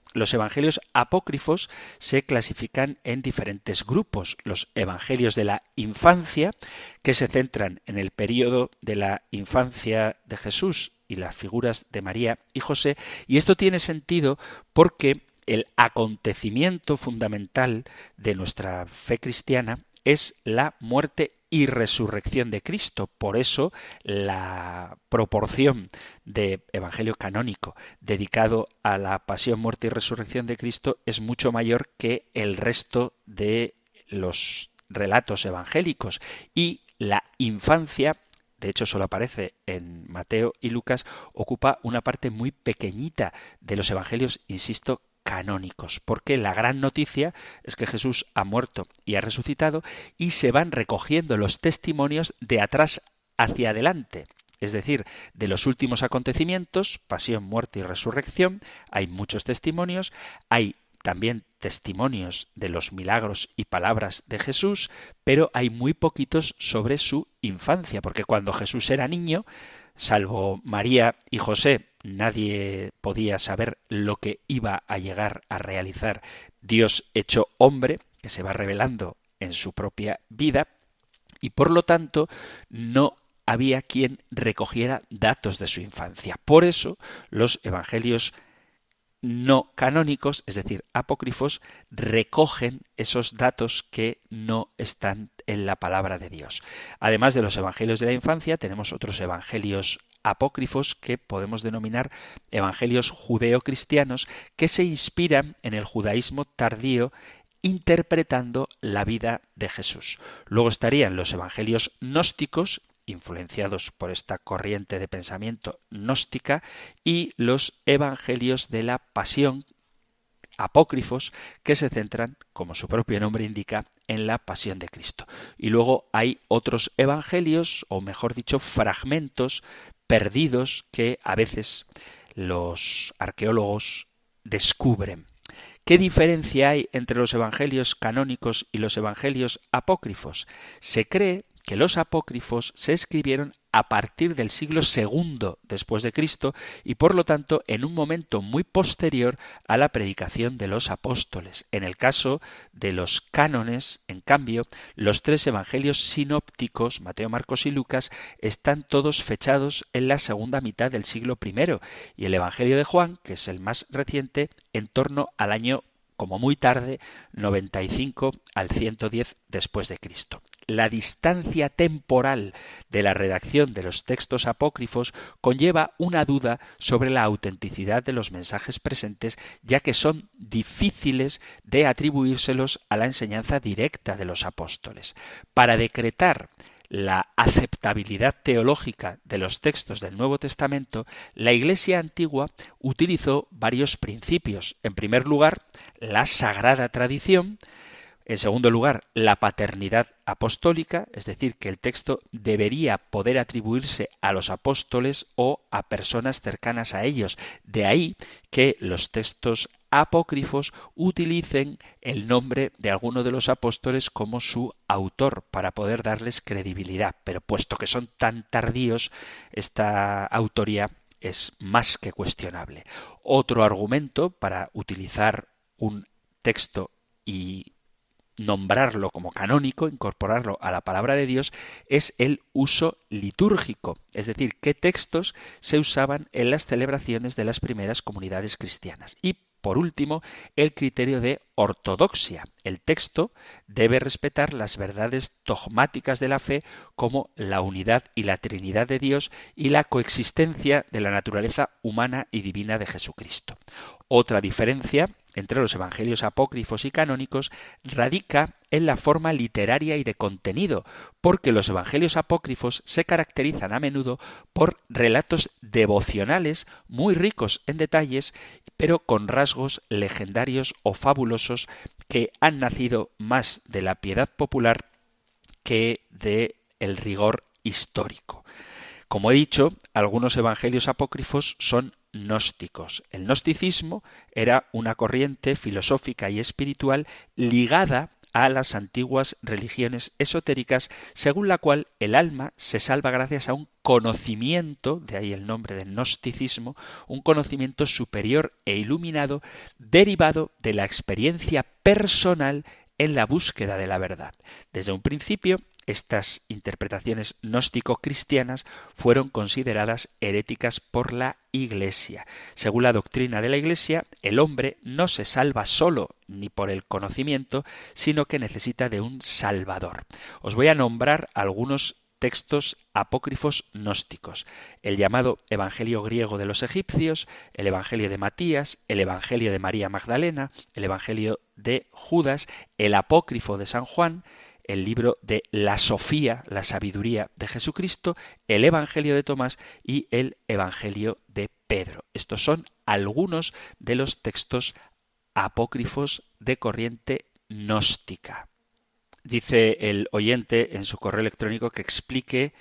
Los evangelios apócrifos se clasifican en diferentes grupos. Los evangelios de la infancia, que se centran en el periodo de la infancia de Jesús y las figuras de María y José, y esto tiene sentido porque el acontecimiento fundamental de nuestra fe cristiana es la muerte y resurrección de Cristo. Por eso la proporción de evangelio canónico dedicado a la pasión, muerte y resurrección de Cristo es mucho mayor que el resto de los relatos evangélicos. Y la infancia, de hecho solo aparece en Mateo y Lucas, ocupa una parte muy pequeñita de los evangelios, insisto, canónicos, porque la gran noticia es que Jesús ha muerto y ha resucitado y se van recogiendo los testimonios de atrás hacia adelante. Es decir, de los últimos acontecimientos, pasión, muerte y resurrección, hay muchos testimonios, hay también testimonios de los milagros y palabras de Jesús, pero hay muy poquitos sobre su infancia, porque cuando Jesús era niño, salvo María y José, nadie podía saber lo que iba a llegar a realizar Dios hecho hombre, que se va revelando en su propia vida, y por lo tanto no había quien recogiera datos de su infancia. Por eso los evangelios no canónicos, es decir, apócrifos, recogen esos datos que no están en la palabra de Dios. Además de los evangelios de la infancia, tenemos otros evangelios apócrifos que podemos denominar evangelios judeocristianos, que se inspiran en el judaísmo tardío, interpretando la vida de Jesús. Luego estarían los evangelios gnósticos, influenciados por esta corriente de pensamiento gnóstica, y los evangelios de la pasión, apócrifos, que se centran, como su propio nombre indica, en la pasión de Cristo. Y luego hay otros evangelios, o mejor dicho, fragmentos perdidos que a veces los arqueólogos descubren. ¿Qué diferencia hay entre los evangelios canónicos y los evangelios apócrifos? Se cree que los apócrifos se escribieron a partir del siglo segundo después de Cristo y por lo tanto en un momento muy posterior a la predicación de los apóstoles. En el caso de los cánones, en cambio, los tres evangelios sinópticos, Mateo, Marcos y Lucas, están todos fechados en la segunda mitad del siglo primero y el evangelio de Juan, que es el más reciente, en torno al año, como muy tarde, noventa y cinco al ciento diez después de Cristo. La distancia temporal de la redacción de los textos apócrifos conlleva una duda sobre la autenticidad de los mensajes presentes, ya que son difíciles de atribuírselos a la enseñanza directa de los apóstoles. Para decretar la aceptabilidad teológica de los textos del Nuevo Testamento, la Iglesia antigua utilizó varios principios. En primer lugar, la sagrada tradición. En segundo lugar, la paternidad apostólica, es decir, que el texto debería poder atribuirse a los apóstoles o a personas cercanas a ellos. De ahí que los textos apócrifos utilicen el nombre de alguno de los apóstoles como su autor para poder darles credibilidad. Pero puesto que son tan tardíos, esta autoría es más que cuestionable. Otro argumento para utilizar un texto y nombrarlo como canónico, incorporarlo a la palabra de Dios, es el uso litúrgico, es decir, qué textos se usaban en las celebraciones de las primeras comunidades cristianas. Y por último, el criterio de ortodoxia. El texto debe respetar las verdades dogmáticas de la fe como la unidad y la Trinidad de Dios y la coexistencia de la naturaleza humana y divina de Jesucristo. Otra diferencia entre los evangelios apócrifos y canónicos radica en la forma literaria y de contenido, porque los evangelios apócrifos se caracterizan a menudo por relatos devocionales muy ricos en detalles, pero con rasgos legendarios o fabulosos que han nacido más de la piedad popular que de el rigor histórico. Como he dicho, algunos evangelios apócrifos son gnósticos. El gnosticismo era una corriente filosófica y espiritual ligada a las antiguas religiones esotéricas, según la cual el alma se salva gracias a un conocimiento, de ahí el nombre del gnosticismo, un conocimiento superior e iluminado derivado de la experiencia personal en la búsqueda de la verdad. Desde un principio, estas interpretaciones gnóstico-cristianas fueron consideradas heréticas por la Iglesia. Según la doctrina de la Iglesia, el hombre no se salva solo ni por el conocimiento, sino que necesita de un Salvador. Os voy a nombrar algunos textos apócrifos gnósticos: el llamado Evangelio griego de los egipcios, el Evangelio de Matías, el Evangelio de María Magdalena, el Evangelio de Judas, el apócrifo de San Juan, el libro de la Sofía, la sabiduría de Jesucristo, el Evangelio de Tomás y el Evangelio de Pedro. Estos son algunos de los textos apócrifos de corriente gnóstica. Dice el oyente en su correo electrónico que explique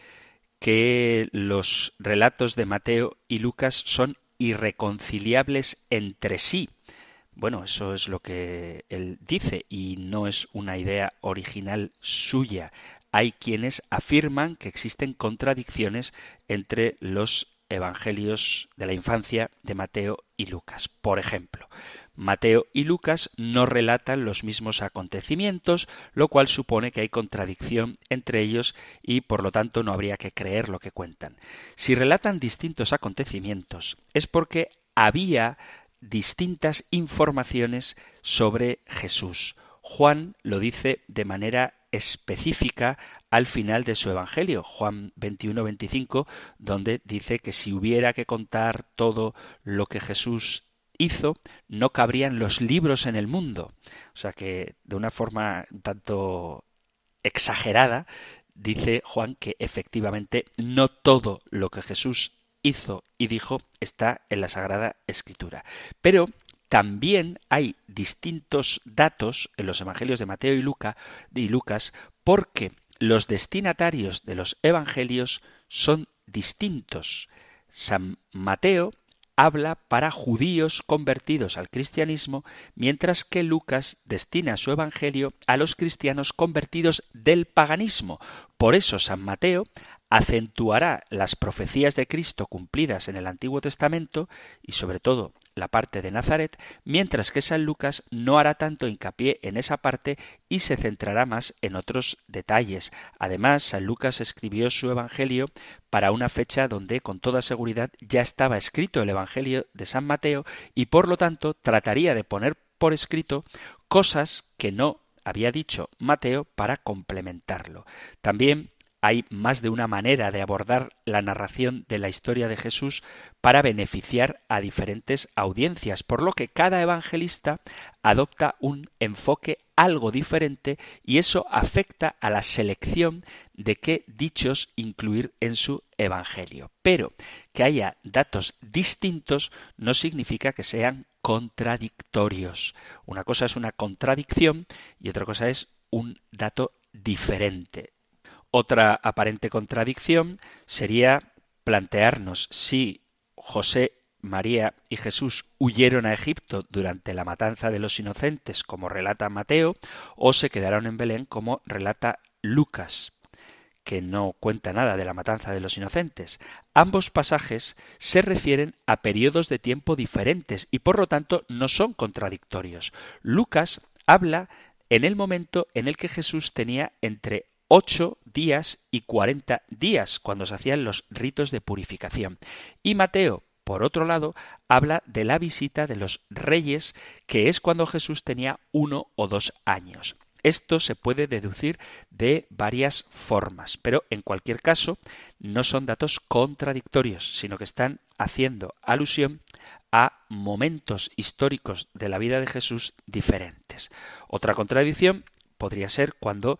que los relatos de Mateo y Lucas son irreconciliables entre sí. Bueno, eso es lo que él dice y no es una idea original suya. Hay quienes afirman que existen contradicciones entre los evangelios de la infancia de Mateo y Lucas. Por ejemplo, Mateo y Lucas no relatan los mismos acontecimientos, lo cual supone que hay contradicción entre ellos y por lo tanto no habría que creer lo que cuentan. Si relatan distintos acontecimientos, es porque había distintas informaciones sobre Jesús. Juan lo dice de manera específica al final de su Evangelio, Juan veintiuno veinticinco, donde dice que si hubiera que contar todo lo que Jesús hizo, no cabrían los libros en el mundo. O sea que de una forma un tanto exagerada dice Juan que efectivamente no todo lo que Jesús hizo y dijo está en la Sagrada Escritura. Pero también hay distintos datos en los evangelios de Mateo y, Luca, y Lucas, porque los destinatarios de los evangelios son distintos. San Mateo habla para judíos convertidos al cristianismo, mientras que Lucas destina su evangelio a los cristianos convertidos del paganismo. Por eso San Mateo acentuará las profecías de Cristo cumplidas en el Antiguo Testamento y sobre todo la parte de Nazaret, mientras que San Lucas no hará tanto hincapié en esa parte y se centrará más en otros detalles. Además, San Lucas escribió su Evangelio para una fecha donde con toda seguridad ya estaba escrito el Evangelio de San Mateo y por lo tanto trataría de poner por escrito cosas que no había dicho Mateo para complementarlo. También hay más de una manera de abordar la narración de la historia de Jesús para beneficiar a diferentes audiencias, por lo que cada evangelista adopta un enfoque algo diferente y eso afecta a la selección de qué dichos incluir en su evangelio. Pero que haya datos distintos no significa que sean contradictorios. Una cosa es una contradicción y otra cosa es un dato diferente. Otra aparente contradicción sería plantearnos si José, María y Jesús huyeron a Egipto durante la matanza de los inocentes, como relata Mateo, o se quedaron en Belén, como relata Lucas, que no cuenta nada de la matanza de los inocentes. Ambos pasajes se refieren a periodos de tiempo diferentes y por lo tanto no son contradictorios. Lucas habla en el momento en el que Jesús tenía entre ocho días y cuarenta días, cuando se hacían los ritos de purificación. Y Mateo, por otro lado, habla de la visita de los reyes, que es cuando Jesús tenía uno o dos años. Esto se puede deducir de varias formas, pero en cualquier caso no son datos contradictorios, sino que están haciendo alusión a momentos históricos de la vida de Jesús diferentes. Otra contradicción podría ser cuando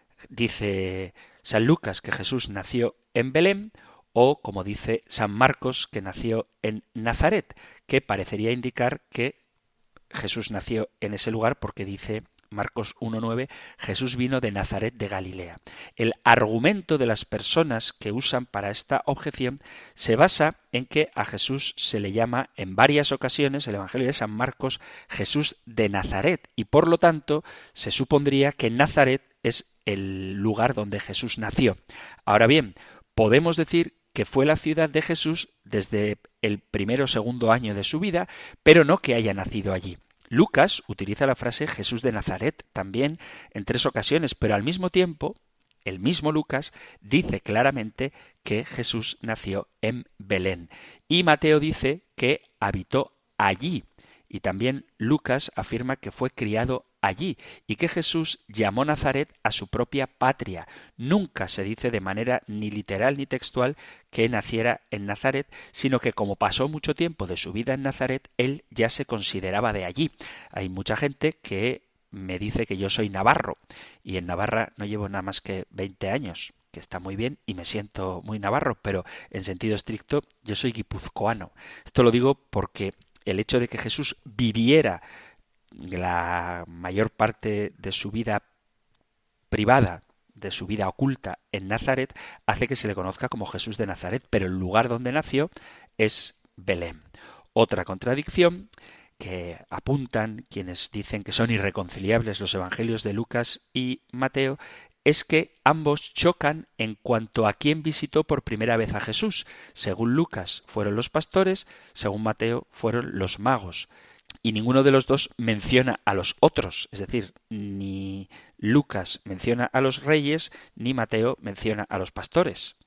dice San Lucas que Jesús nació en Belén o, como dice San Marcos, que nació en Nazaret, que parecería indicar que Jesús nació en ese lugar porque dice Marcos uno nueve, Jesús vino de Nazaret de Galilea. El argumento de las personas que usan para esta objeción se basa en que a Jesús se le llama en varias ocasiones, el Evangelio de San Marcos, Jesús de Nazaret, y por lo tanto se supondría que Nazaret es el lugar donde Jesús nació. Ahora bien, podemos decir que fue la ciudad de Jesús desde el primero o segundo año de su vida, pero no que haya nacido allí. Lucas utiliza la frase Jesús de Nazaret también en tres ocasiones, pero al mismo tiempo, el mismo Lucas dice claramente que Jesús nació en Belén. Y Mateo dice que habitó allí. Y también Lucas afirma que fue criado allí y que Jesús llamó Nazaret a su propia patria. Nunca se dice de manera ni literal ni textual que naciera en Nazaret, sino que como pasó mucho tiempo de su vida en Nazaret, él ya se consideraba de allí. Hay mucha gente que me dice que yo soy navarro y en Navarra no llevo nada más que veinte años, que está muy bien y me siento muy navarro, pero en sentido estricto yo soy guipuzcoano. Esto lo digo porque el hecho de que Jesús viviera la mayor parte de su vida privada, de su vida oculta en Nazaret, hace que se le conozca como Jesús de Nazaret, pero el lugar donde nació es Belén. Otra contradicción que apuntan quienes dicen que son irreconciliables los evangelios de Lucas y Mateo es que ambos chocan en cuanto a quién visitó por primera vez a Jesús. Según Lucas fueron los pastores, según Mateo fueron los magos. Y ninguno de los dos menciona a los otros, es decir, ni Lucas menciona a los reyes, ni Mateo menciona a los pastores.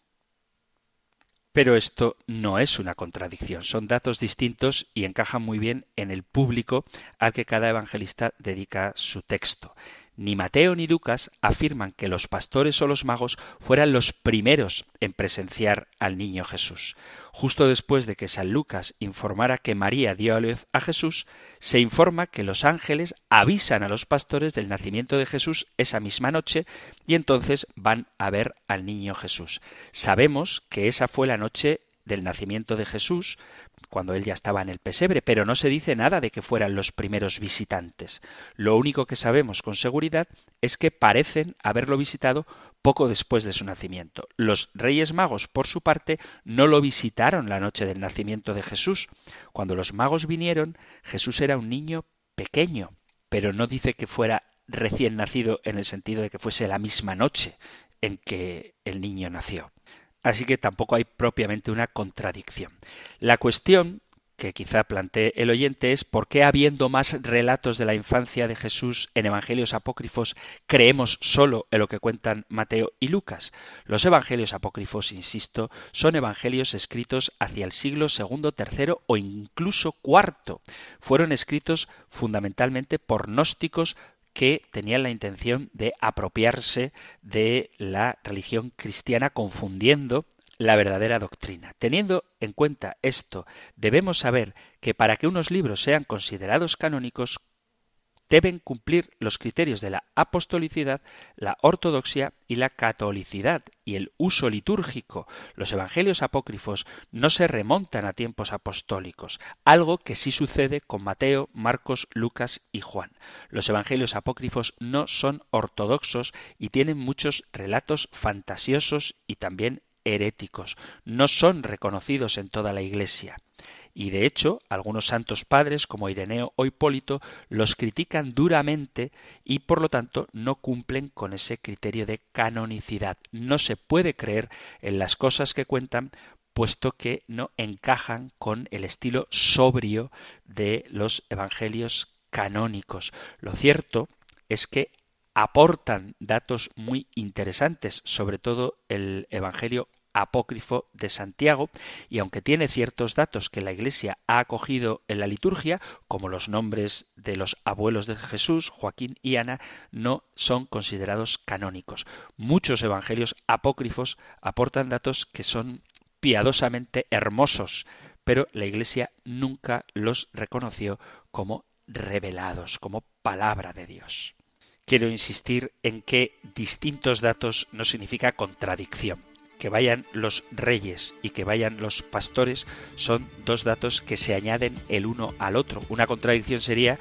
Pero esto no es una contradicción, son datos distintos y encajan muy bien en el público al que cada evangelista dedica su texto. Ni Mateo ni Lucas afirman que los pastores o los magos fueran los primeros en presenciar al niño Jesús. Justo después de que San Lucas informara que María dio a luz a Jesús, se informa que los ángeles avisan a los pastores del nacimiento de Jesús esa misma noche y entonces van a ver al niño Jesús. Sabemos que esa fue la noche del nacimiento de Jesús, cuando él ya estaba en el pesebre, pero no se dice nada de que fueran los primeros visitantes. Lo único que sabemos con seguridad es que parecen haberlo visitado poco después de su nacimiento. Los Reyes Magos, por su parte, no lo visitaron la noche del nacimiento de Jesús. Cuando los magos vinieron, Jesús era un niño pequeño, pero no dice que fuera recién nacido en el sentido de que fuese la misma noche en que el niño nació. Así que tampoco hay propiamente una contradicción. La cuestión que quizá plantee el oyente es por qué, habiendo más relatos de la infancia de Jesús en evangelios apócrifos, creemos solo en lo que cuentan Mateo y Lucas. Los evangelios apócrifos, insisto, son evangelios escritos hacia el siglo segundo, tercero o incluso cuarto. Fueron escritos fundamentalmente por gnósticos que tenían la intención de apropiarse de la religión cristiana confundiendo la verdadera doctrina. Teniendo en cuenta esto, debemos saber que para que unos libros sean considerados canónicos deben cumplir los criterios de la apostolicidad, la ortodoxia y la catolicidad y el uso litúrgico. Los evangelios apócrifos no se remontan a tiempos apostólicos, algo que sí sucede con Mateo, Marcos, Lucas y Juan. Los evangelios apócrifos no son ortodoxos y tienen muchos relatos fantasiosos y también heréticos. No son reconocidos en toda la Iglesia. Y de hecho, algunos santos padres como Ireneo o Hipólito los critican duramente y por lo tanto no cumplen con ese criterio de canonicidad. No se puede creer en las cosas que cuentan puesto que no encajan con el estilo sobrio de los evangelios canónicos. Lo cierto es que aportan datos muy interesantes, sobre todo el evangelio apócrifo de Santiago, y aunque tiene ciertos datos que la Iglesia ha acogido en la liturgia, como los nombres de los abuelos de Jesús, Joaquín y Ana, no son considerados canónicos. Muchos evangelios apócrifos aportan datos que son piadosamente hermosos, pero la Iglesia nunca los reconoció como revelados, como palabra de Dios. Quiero insistir en que distintos datos no significa contradicción. Que vayan los reyes y que vayan los pastores son dos datos que se añaden el uno al otro. Una contradicción sería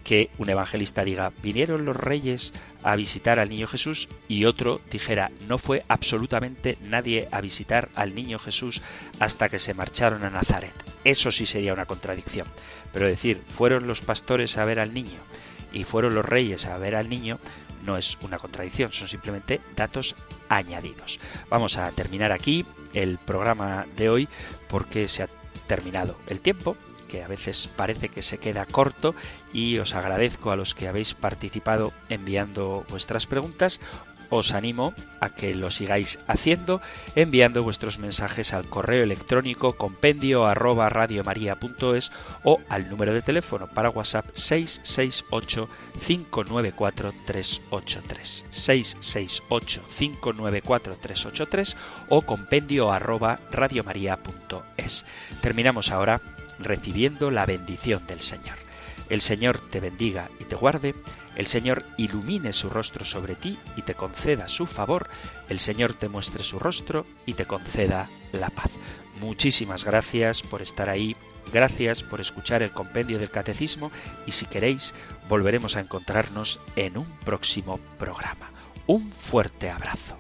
que un evangelista diga, vinieron los reyes a visitar al niño Jesús, y otro dijera, no fue absolutamente nadie a visitar al niño Jesús hasta que se marcharon a Nazaret. Eso sí sería una contradicción. Pero decir, fueron los pastores a ver al niño y fueron los reyes a ver al niño, no es una contradicción, son simplemente datos añadidos. Vamos a terminar aquí el programa de hoy porque se ha terminado el tiempo, que a veces parece que se queda corto, y os agradezco a los que habéis participado enviando vuestras preguntas. Os animo a que lo sigáis haciendo enviando vuestros mensajes al correo electrónico compendio arroba radiomaria.es o al número de teléfono para WhatsApp seis seis ocho, cinco nueve cuatro, tres ocho tres, seis seis ocho, cinco nueve cuatro, tres ocho tres o compendio arroba radiomaria.es. Terminamos ahora recibiendo la bendición del Señor. El Señor te bendiga y te guarde, el Señor ilumine su rostro sobre ti y te conceda su favor, el Señor te muestre su rostro y te conceda la paz. Muchísimas gracias por estar ahí, gracias por escuchar el compendio del Catecismo, y si queréis volveremos a encontrarnos en un próximo programa. Un fuerte abrazo.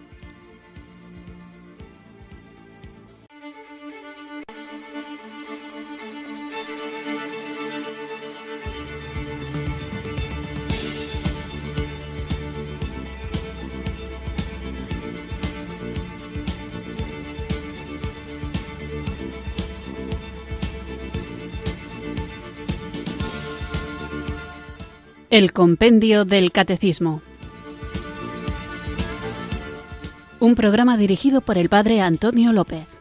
El Compendio del Catecismo. Un programa dirigido por el Padre Antonio López.